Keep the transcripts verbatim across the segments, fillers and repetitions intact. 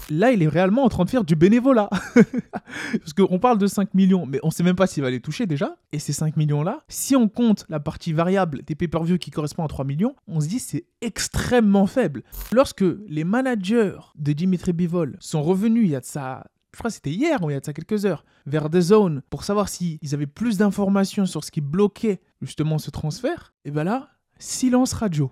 là, il est réellement en train de faire du bénévolat. Parce qu'on parle de cinq millions, mais on ne sait même pas s'il va les toucher déjà. Et ces cinq millions-là, si on compte la partie variable des pay-per-view qui correspond à trois millions, on se dit c'est extrêmement faible. Lorsque les managers de Dimitri Bivol sont revenus, il y a de ça, je crois que c'était hier ou il y a de ça quelques heures, vers The Zone pour savoir s'ils avaient plus d'informations sur ce qui bloquait justement ce transfert, et bien là, silence radio.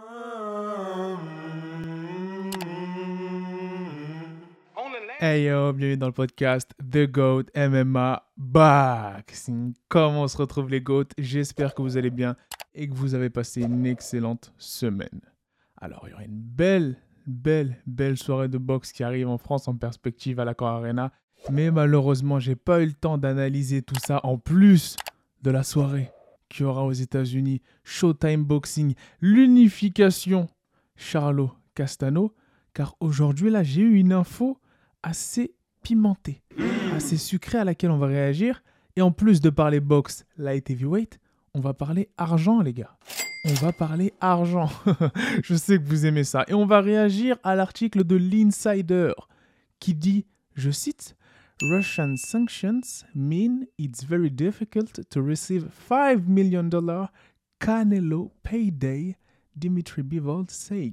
Hey yo, bienvenue dans le podcast The GOAT M M A Back. Comment on se retrouve les GOAT? J'espère que vous allez bien et que vous avez passé une excellente semaine. Alors, il y aura une belle, belle, belle soirée de boxe qui arrive en France en perspective à l'Accor Arena. Mais malheureusement, j'ai pas eu le temps d'analyser tout ça en plus de la soirée qu'il y aura aux États-Unis. Showtime Boxing, l'unification Charlo Castano. Car aujourd'hui, là, j'ai eu une info assez pimentée, assez sucrée à laquelle on va réagir. Et en plus de parler boxe light heavyweight, on va parler argent, les gars. On va parler argent. Je sais que vous aimez ça. Et on va réagir à l'article de l'Insider qui dit, je cite, « Russian sanctions mean it's very difficult to receive five million dollars Canelo payday, Dimitri Bivol says. »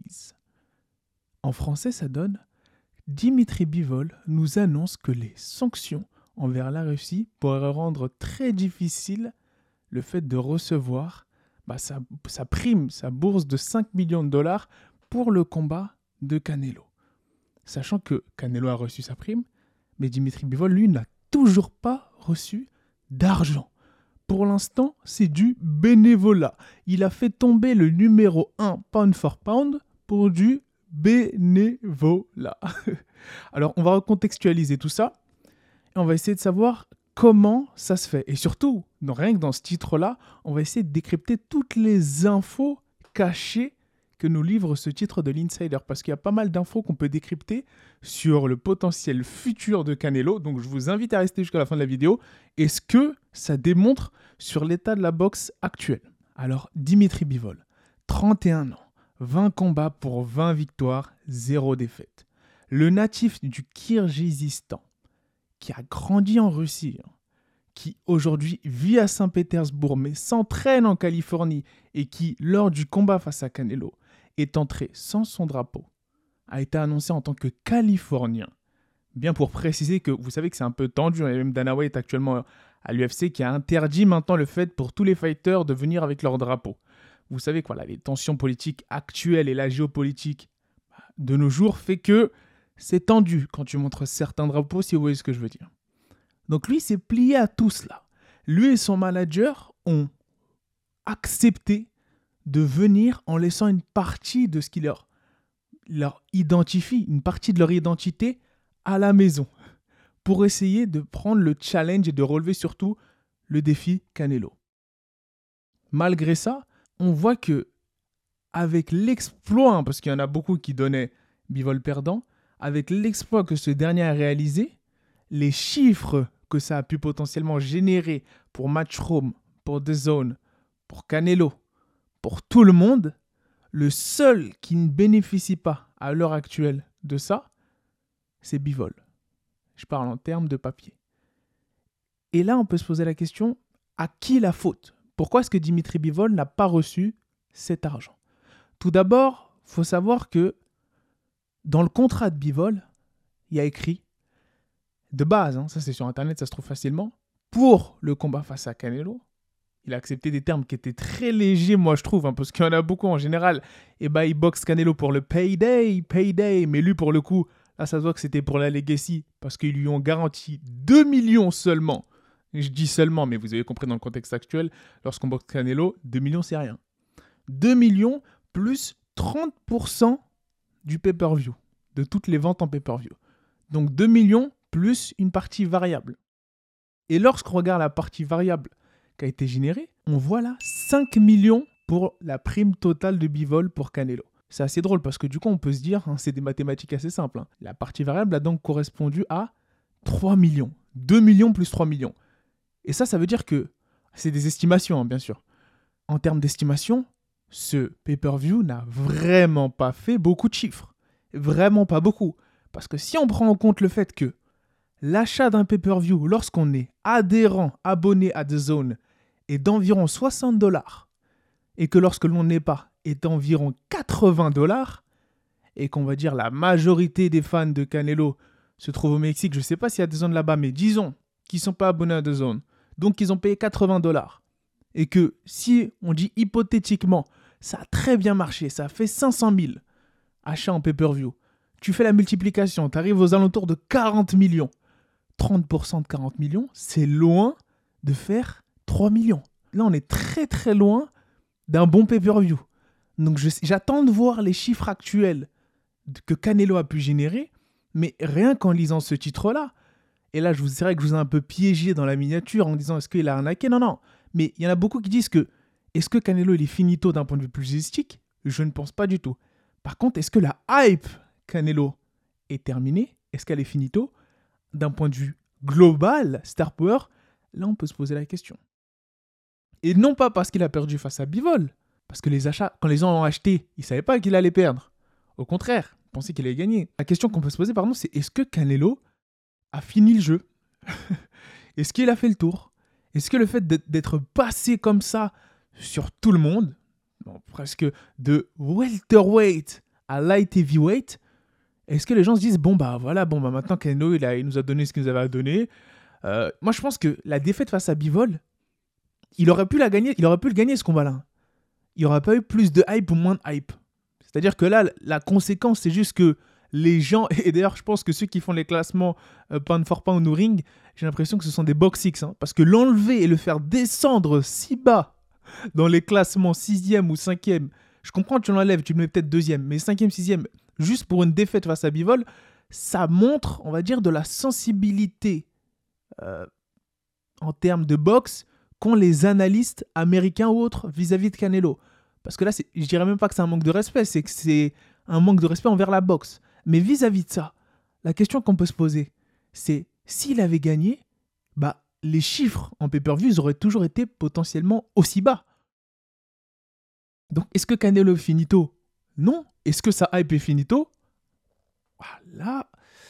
En français, ça donne Dimitri Bivol nous annonce que les sanctions envers la Russie pourraient rendre très difficile le fait de recevoir bah, sa, sa prime, sa bourse de cinq millions de dollars pour le combat de Canelo. Sachant que Canelo a reçu sa prime, mais Dimitri Bivol, lui, n'a toujours pas reçu d'argent. Pour l'instant, c'est du bénévolat. Il a fait tomber le numéro un pound for pound pour du bénévolat. Alors, on va recontextualiser tout ça et on va essayer de savoir comment ça se fait. Et surtout, non, rien que dans ce titre-là, on va essayer de décrypter toutes les infos cachées que nous livre ce titre de l'Insider. Parce qu'il y a pas mal d'infos qu'on peut décrypter sur le potentiel futur de Canelo. Donc, je vous invite à rester jusqu'à la fin de la vidéo. Et ce que ça démontre sur l'état de la boxe actuelle. Alors, Dimitri Bivol, trente et un ans. vingt combats pour vingt victoires, zéro défaite. Le natif du Kirghizistan, qui a grandi en Russie, hein, qui aujourd'hui vit à Saint-Pétersbourg mais s'entraîne en Californie et qui, lors du combat face à Canelo, est entré sans son drapeau, a été annoncé en tant que Californien. Bien pour préciser que vous savez que c'est un peu tendu, il y a même Dana White actuellement à l'U F C qui a interdit maintenant le fait pour tous les fighters de venir avec leur drapeau. Vous savez quoi, là, les tensions politiques actuelles et la géopolitique de nos jours fait que c'est tendu quand tu montres certains drapeaux, si vous voyez ce que je veux dire. Donc lui s'est plié à tout cela. Lui et son manager ont accepté de venir en laissant une partie de ce qui leur, leur identifie, une partie de leur identité à la maison, pour essayer de prendre le challenge et de relever surtout le défi Canelo. Malgré ça, on voit que avec l'exploit, hein, parce qu'il y en a beaucoup qui donnaient Bivol perdant, avec l'exploit que ce dernier a réalisé, les chiffres que ça a pu potentiellement générer pour Matchroom, pour The Zone, pour Canelo, pour tout le monde, le seul qui ne bénéficie pas à l'heure actuelle de ça, c'est Bivol. Je parle en termes de papier. Et là, on peut se poser la question, à qui la faute ? Pourquoi est-ce que Dimitri Bivol n'a pas reçu cet argent ? Tout d'abord, il faut savoir que dans le contrat de Bivol, il y a écrit, de base, hein, ça c'est sur Internet, ça se trouve facilement, pour le combat face à Canelo, il a accepté des termes qui étaient très légers, moi je trouve, hein, parce qu'il y en a beaucoup en général, et bah il boxe Canelo pour le payday, payday, mais lui pour le coup, là ça se voit que c'était pour la legacy, parce qu'ils lui ont garanti deux millions seulement. Je dis seulement, mais vous avez compris dans le contexte actuel, lorsqu'on boxe Canelo, deux millions c'est rien. deux millions plus trente pour cent du pay-per-view, de toutes les ventes en pay-per-view. Donc deux millions plus une partie variable. Et lorsqu'on regarde la partie variable qui a été générée, on voit là cinq millions pour la prime totale de Bivol pour Canelo. C'est assez drôle parce que du coup on peut se dire, hein, c'est des mathématiques assez simples, hein. La partie variable a donc correspondu à trois millions. deux millions plus trois millions. Et ça, ça veut dire que c'est des estimations, hein, bien sûr. En termes d'estimation, ce pay-per-view n'a vraiment pas fait beaucoup de chiffres. Vraiment pas beaucoup. Parce que si on prend en compte le fait que l'achat d'un pay-per-view, lorsqu'on est adhérent, abonné à DAZN, est d'environ soixante dollars, et que lorsque l'on n'est pas, est d'environ quatre-vingts dollars, et qu'on va dire la majorité des fans de Canelo se trouvent au Mexique, je ne sais pas s'il y a DAZN là-bas, mais disons qu'ils ne sont pas abonnés à DAZN, donc ils ont payé quatre-vingts dollars, et que si on dit hypothétiquement, ça a très bien marché, ça a fait cinq cent mille achats en pay-per-view, tu fais la multiplication, tu arrives aux alentours de quarante millions, trente pour cent de quarante millions, c'est loin de faire trois millions. Là, on est très très loin d'un bon pay-per-view. Donc je, j'attends de voir les chiffres actuels que Canelo a pu générer, mais rien qu'en lisant ce titre-là, et là, je vous, c'est vrai que je vous ai un peu piégé dans la miniature en disant est-ce qu'il a arnaqué ? Non, non. Mais il y en a beaucoup qui disent que est-ce que Canelo il est finito d'un point de vue plus logistique ? Je ne pense pas du tout. Par contre, est-ce que la hype Canelo est terminée ? Est-ce qu'elle est finito ? D'un point de vue global, Star Power, là, on peut se poser la question. Et non pas parce qu'il a perdu face à Bivol, parce que les achats, quand les gens ont acheté, ils ne savaient pas qu'il allait perdre. Au contraire, ils pensaient qu'il allait gagner. La question qu'on peut se poser, pardon, c'est est-ce que Canelo a fini le jeu ? Est-ce qu'il a fait le tour ? Est-ce que le fait d'être passé comme ça sur tout le monde, bon, presque de welterweight à light heavyweight, est-ce que les gens se disent bon bah voilà, bon bah maintenant Canelo il, a, il nous a donné ce qu'il nous avait à donner. Euh, moi je pense que la défaite face à Bivol, il aurait pu la gagner, il aurait pu le gagner ce combat-là. Il n'y aurait pas eu plus de hype ou moins de hype. C'est-à-dire que là, la conséquence, c'est juste que les gens, et d'ailleurs je pense que ceux qui font les classements euh, pound for pound ou ring, j'ai l'impression que ce sont des box six, hein, parce que l'enlever et le faire descendre si bas dans les classements sixième ou cinquième, je comprends que tu l'enlèves, tu le mets peut-être deuxième, mais cinquième, sixième, juste pour une défaite face à Bivol, ça montre, on va dire, de la sensibilité euh, en termes de boxe qu'ont les analystes américains ou autres vis-à-vis de Canelo. Parce que là, c'est, je dirais même pas que c'est un manque de respect, c'est que c'est un manque de respect envers la boxe. Mais vis-à-vis de ça, la question qu'on peut se poser, c'est s'il avait gagné, bah, les chiffres en pay-per-view auraient toujours été potentiellement aussi bas. Donc, est-ce que Canelo est finito ? Non. Est-ce que sa hype est finito ? Là,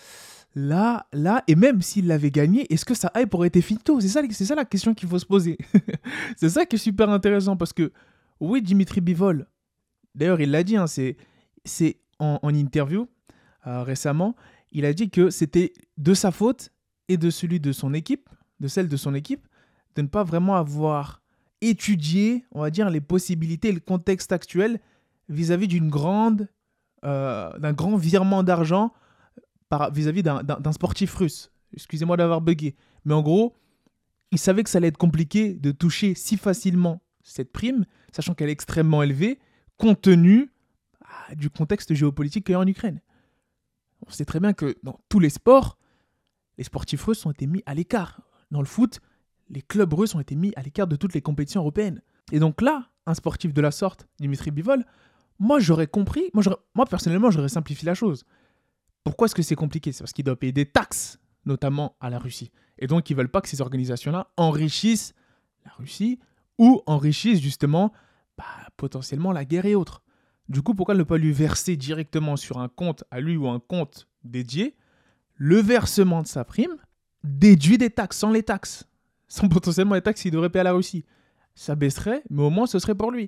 là, là, et même s'il l'avait gagné, est-ce que sa hype aurait été finito ? C'est ça, c'est ça la question qu'il faut se poser. C'est ça qui est super intéressant parce que, oui, Dimitri Bivol, d'ailleurs, il l'a dit, hein, c'est, c'est en, en interview euh, récemment, il a dit que c'était de sa faute et de celui de son équipe, de celle de son équipe, de ne pas vraiment avoir étudié, on va dire, les possibilités et le contexte actuel vis-à-vis d'une grande, euh, d'un grand virement d'argent par, vis-à-vis d'un, d'un, d'un sportif russe. Excusez-moi d'avoir bugué. Mais en gros, il savait que ça allait être compliqué de toucher si facilement cette prime, sachant qu'elle est extrêmement élevée, compte tenu ah, du contexte géopolitique qu'il y a en Ukraine. On sait très bien que dans tous les sports, les sportifs russes ont été mis à l'écart. Dans le foot, les clubs russes ont été mis à l'écart de toutes les compétitions européennes. Et donc là, un sportif de la sorte, Dimitri Bivol, moi j'aurais compris, moi, j'aurais, moi personnellement j'aurais simplifié la chose. Pourquoi est-ce que c'est compliqué ? C'est parce qu'ils doivent payer des taxes, notamment à la Russie. Et donc ils ne veulent pas que ces organisations-là enrichissent la Russie ou enrichissent justement bah, potentiellement la guerre et autres. Du coup, pourquoi ne pas lui verser directement sur un compte à lui ou un compte dédié le versement de sa prime déduit des taxes, sans les taxes, sans potentiellement les taxes qu'il devrait payer à la Russie. Ça baisserait, mais au moins ce serait pour lui.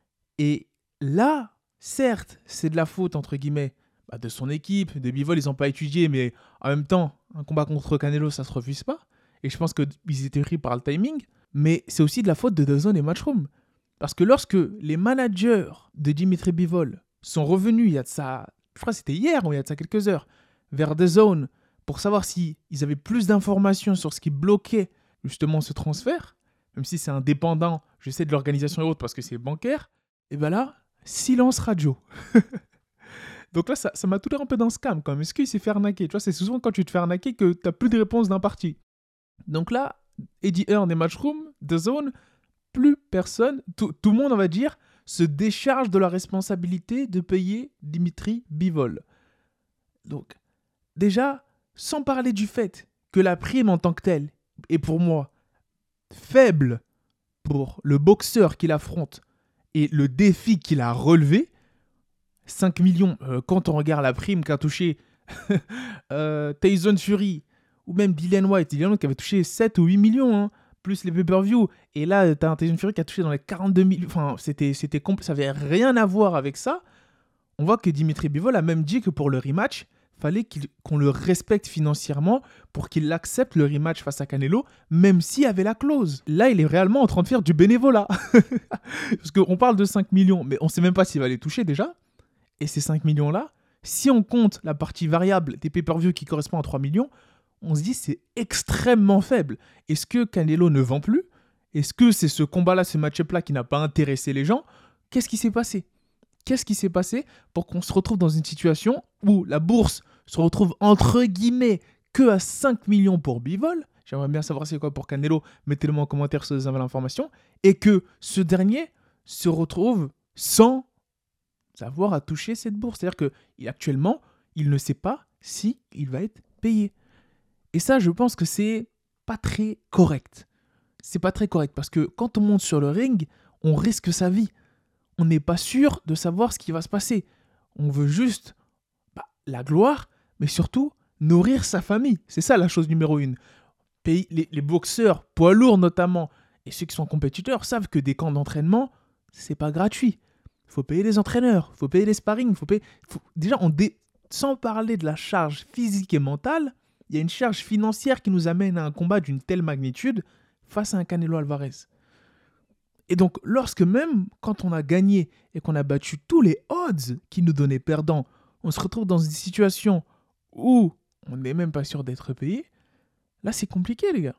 Et là, certes, c'est de la faute, entre guillemets, bah, de son équipe, de Bivol, ils n'ont pas étudié, mais en même temps, un combat contre Canelo, ça ne se refuse pas. Et je pense qu'ils étaient pris par le timing. Mais c'est aussi de la faute de DAZN et Matchroom. Parce que lorsque les managers de Dimitri Bivol sont revenus, il y a de ça, je crois que c'était hier ou il y a de ça quelques heures, vers DAZN pour savoir s'ils avaient plus d'informations sur ce qui bloquait justement ce transfert, même si c'est indépendant, je sais, de l'organisation et autres parce que c'est bancaire, et bien là, silence radio. Donc là, ça, ça m'a tout l'air un peu dans ce scam quand même. Est-ce qu'il s'est fait arnaquer ? Tu vois, c'est souvent quand tu te fais arnaquer que tu n'as plus de réponse d'un parti. Donc là, Eddie Hearn et Matchroom, DAZN, plus personne, tout, tout le monde, on va dire, se décharge de la responsabilité de payer Dimitri Bivol. Donc, déjà, sans parler du fait que la prime en tant que telle est pour moi faible pour le boxeur qu'il affronte et le défi qu'il a relevé, cinq millions, euh, quand on regarde la prime qu'a touché euh, Tyson Fury, ou même Dillian White. Dillian White qui avait touché sept ou huit millions, hein, plus les pay-per-view. Et là, t'as un Tyson Fury qui a touché dans les quarante-deux millions. Enfin, c'était, c'était compl- ça avait rien à voir avec ça. On voit que Dimitri Bivol a même dit que pour le rematch, fallait qu'il, qu'on le respecte financièrement pour qu'il accepte le rematch face à Canelo, même s'il y avait la clause. Là, il est réellement en train de faire du bénévolat. Parce qu'on parle de cinq millions, mais on ne sait même pas s'il va les toucher déjà. Et ces cinq millions-là, si on compte la partie variable des pay-per-view qui correspond à trois millions, on se dit c'est extrêmement faible. Est-ce que Canelo ne vend plus ? Est-ce que c'est ce combat-là, ce match-up-là qui n'a pas intéressé les gens ? Qu'est-ce qui s'est passé ? Qu'est-ce qui s'est passé pour qu'on se retrouve dans une situation où la bourse se retrouve entre guillemets que à cinq millions pour Bivol ? J'aimerais bien savoir c'est quoi pour Canelo. Mettez-le en commentaire si vous avez l'information. Et que ce dernier se retrouve sans avoir à toucher cette bourse. C'est-à-dire qu'actuellement, il ne sait pas si il va être payé. Et ça, je pense que c'est pas très correct. C'est pas très correct parce que quand on monte sur le ring, on risque sa vie. On n'est pas sûr de savoir ce qui va se passer. On veut juste bah, la gloire, mais surtout nourrir sa famille. C'est ça la chose numéro une. Pays, les, les boxeurs, poids lourds notamment, et ceux qui sont compétiteurs savent que des camps d'entraînement, c'est pas gratuit. Il faut payer les entraîneurs, il faut payer les sparring, faut payer... Faut... Déjà, on dé... sans parler de la charge physique et mentale, il y a une charge financière qui nous amène à un combat d'une telle magnitude face à un Canelo Alvarez. Et donc, lorsque même, quand on a gagné et qu'on a battu tous les odds qui nous donnaient perdants, on se retrouve dans une situation où on n'est même pas sûr d'être payé, là, c'est compliqué, les gars.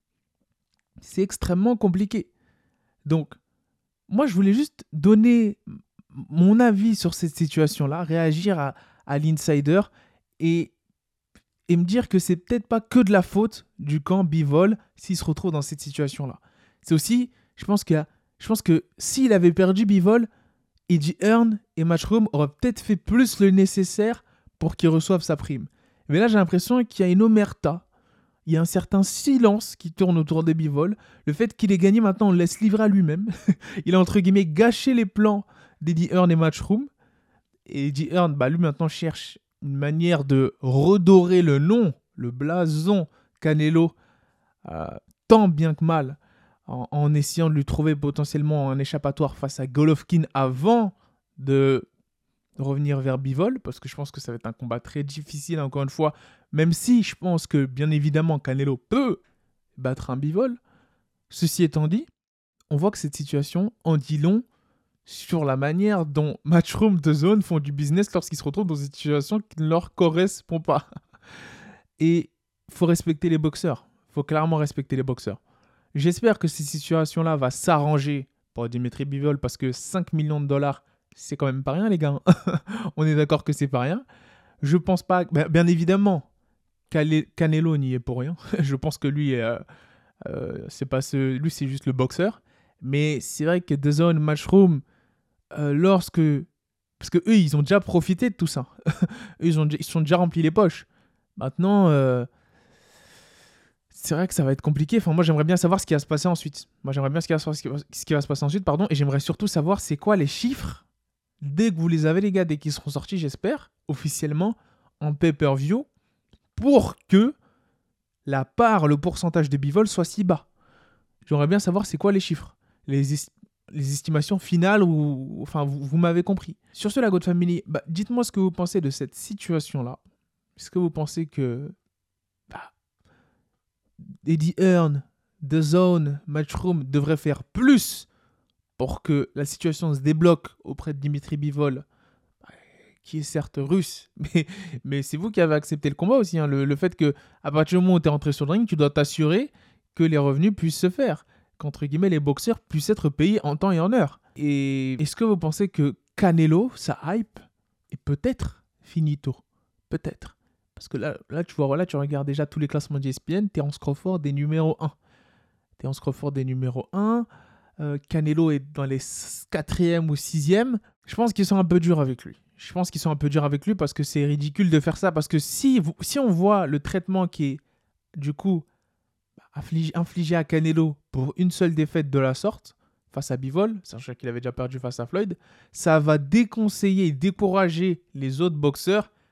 C'est extrêmement compliqué. Donc, moi, je voulais juste donner mon avis sur cette situation-là, réagir à, à l'insider et, et me dire que c'est peut-être pas que de la faute du camp Bivol s'il se retrouve dans cette situation-là. C'est aussi, je pense qu'il y a Je pense que s'il avait perdu Bivol, Eddie Hearn et Matchroom auraient peut-être fait plus le nécessaire pour qu'il reçoive sa prime. Mais là, j'ai l'impression qu'il y a une omerta. Il y a un certain silence qui tourne autour de Bivol. Le fait qu'il ait gagné, maintenant, on le laisse livrer à lui-même. Il a, entre guillemets, gâché les plans d'Eddie Hearn et Matchroom. Et Eddie Hearn, bah, lui, maintenant, cherche une manière de redorer le nom, le blason Canelo, euh, tant bien que mal, En, en essayant de lui trouver potentiellement un échappatoire face à Golovkin avant de revenir vers Bivol, parce que je pense que ça va être un combat très difficile, encore une fois, même si je pense que, bien évidemment, Canelo peut battre un Bivol. Ceci étant dit, on voit que cette situation en dit long sur la manière dont Matchroom de Zone font du business lorsqu'ils se retrouvent dans une situation qui ne leur correspond pas. Et il faut respecter les boxeurs. Il faut clairement respecter les boxeurs. J'espère que cette situation-là va s'arranger pour Dimitri Bivol parce que cinq millions de dollars, c'est quand même pas rien, les gars. On est d'accord que c'est pas rien. Je pense pas... Bien, bien évidemment, Canelo n'y est pour rien. Je pense que lui, euh, euh, c'est pas ce... lui, c'est juste le boxeur. Mais c'est vrai que D A Z N, Matchroom, euh, lorsque... Parce que eux, ils ont déjà profité de tout ça. Eux, ils ont ils sont déjà remplis les poches. Maintenant... Euh... c'est vrai que ça va être compliqué. Enfin, moi, j'aimerais bien savoir ce qui va se passer ensuite. Moi, j'aimerais bien ce qui va, ce qui va se passer ensuite, pardon. Et j'aimerais surtout savoir c'est quoi les chiffres dès que vous les avez, les gars, dès qu'ils seront sortis, j'espère, officiellement, en pay-per-view, pour que la part, le pourcentage de Bivol soit si bas. J'aimerais bien savoir c'est quoi les chiffres, les, est- les estimations finales, ou enfin, vous, vous m'avez compris. Sur ce, la God Family, bah, dites-moi ce que vous pensez de cette situation-là. Est-ce que vous pensez que bah, Eddie Hearn, D A Z N, Matchroom devraient faire plus pour que la situation se débloque auprès de Dimitri Bivol, qui est certes russe, mais, mais c'est vous qui avez accepté le combat aussi. Hein. Le, le fait que, à partir du moment où tu es rentré sur le ring, tu dois t'assurer que les revenus puissent se faire, qu'entre guillemets, les boxeurs puissent être payés en temps et en heure. Et est-ce que vous pensez que Canelo, sa hype, est peut-être finito ? Peut-être. Parce que là, là, tu vois, voilà, tu regardes déjà tous les classements d'E S P N, Terence Crawford est numéro un. Terence Crawford est numéro un. Euh, Canelo est dans les quatrième ou sixième. Je pense qu'ils sont un peu durs avec lui. Je pense qu'ils sont un peu durs avec lui parce que c'est ridicule de faire ça. Parce que si, vous, si on voit le traitement qui est, du coup, infligé, infligé à Canelo pour une seule défaite de la sorte, face à Bivol, sachant qu'il avait déjà perdu face à Floyd, ça va déconseiller et décourager les autres boxeurs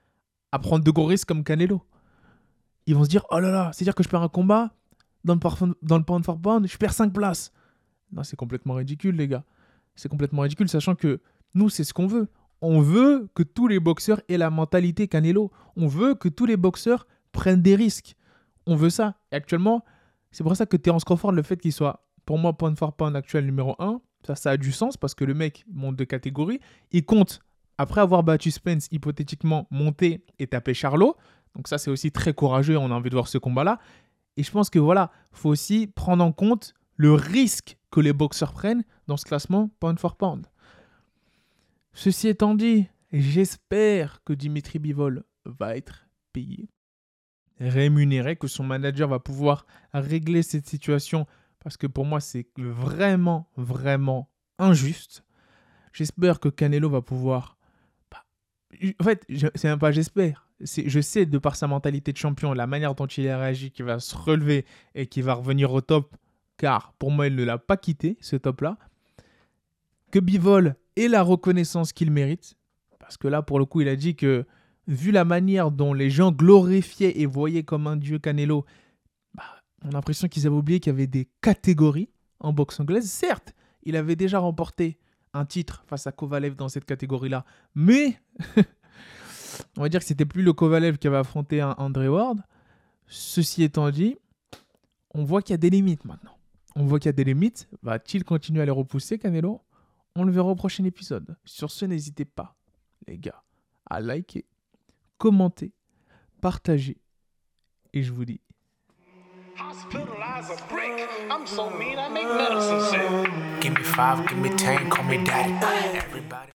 à prendre de gros risques comme Canelo. Ils vont se dire, oh là là, c'est-à-dire que je perds un combat, dans le, parfum, dans le pound for pound, je perds cinq places. Non, c'est complètement ridicule, les gars. C'est complètement ridicule, sachant que nous, c'est ce qu'on veut. On veut que tous les boxeurs aient la mentalité Canelo. On veut que tous les boxeurs prennent des risques. On veut ça. Et actuellement, c'est pour ça que Terence Crawford, le fait qu'il soit, pour moi, pound for pound actuel numéro un, ça, ça a du sens parce que le mec monte de catégorie. Il compte, après avoir battu Spence, hypothétiquement, monter et taper Charlo. Donc ça, c'est aussi très courageux. On a envie de voir ce combat-là. Et je pense que voilà, il faut aussi prendre en compte le risque que les boxeurs prennent dans ce classement pound for pound. Ceci étant dit, j'espère que Dimitri Bivol va être payé, rémunéré, que son manager va pouvoir régler cette situation parce que pour moi, c'est vraiment, vraiment injuste. J'espère que Canelo va pouvoir... En fait, c'est même pas j'espère. C'est, je sais, de par sa mentalité de champion, la manière dont il a réagi, qu'il va se relever et qu'il va revenir au top, car pour moi, il ne l'a pas quitté, ce top-là, que Bivol ait la reconnaissance qu'il mérite, parce que là, pour le coup, il a dit que, vu la manière dont les gens glorifiaient et voyaient comme un dieu Canelo, bah, on a l'impression qu'ils avaient oublié qu'il y avait des catégories en boxe anglaise. Certes, il avait déjà remporté un titre face à Kovalev dans cette catégorie-là, mais... on va dire que c'était plus le Kovalev qui avait affronté un Andre Ward. Ceci étant dit, on voit qu'il y a des limites maintenant. On voit qu'il y a des limites. Va-t-il continuer à les repousser, Canelo ? On le verra au prochain épisode. Sur ce, n'hésitez pas, les gars, à liker, commenter, partager. Et je vous dis... Hospitalize a brick. I'm so mean, I make medicine sick. Give me five, give me ten, call me daddy. Everybody.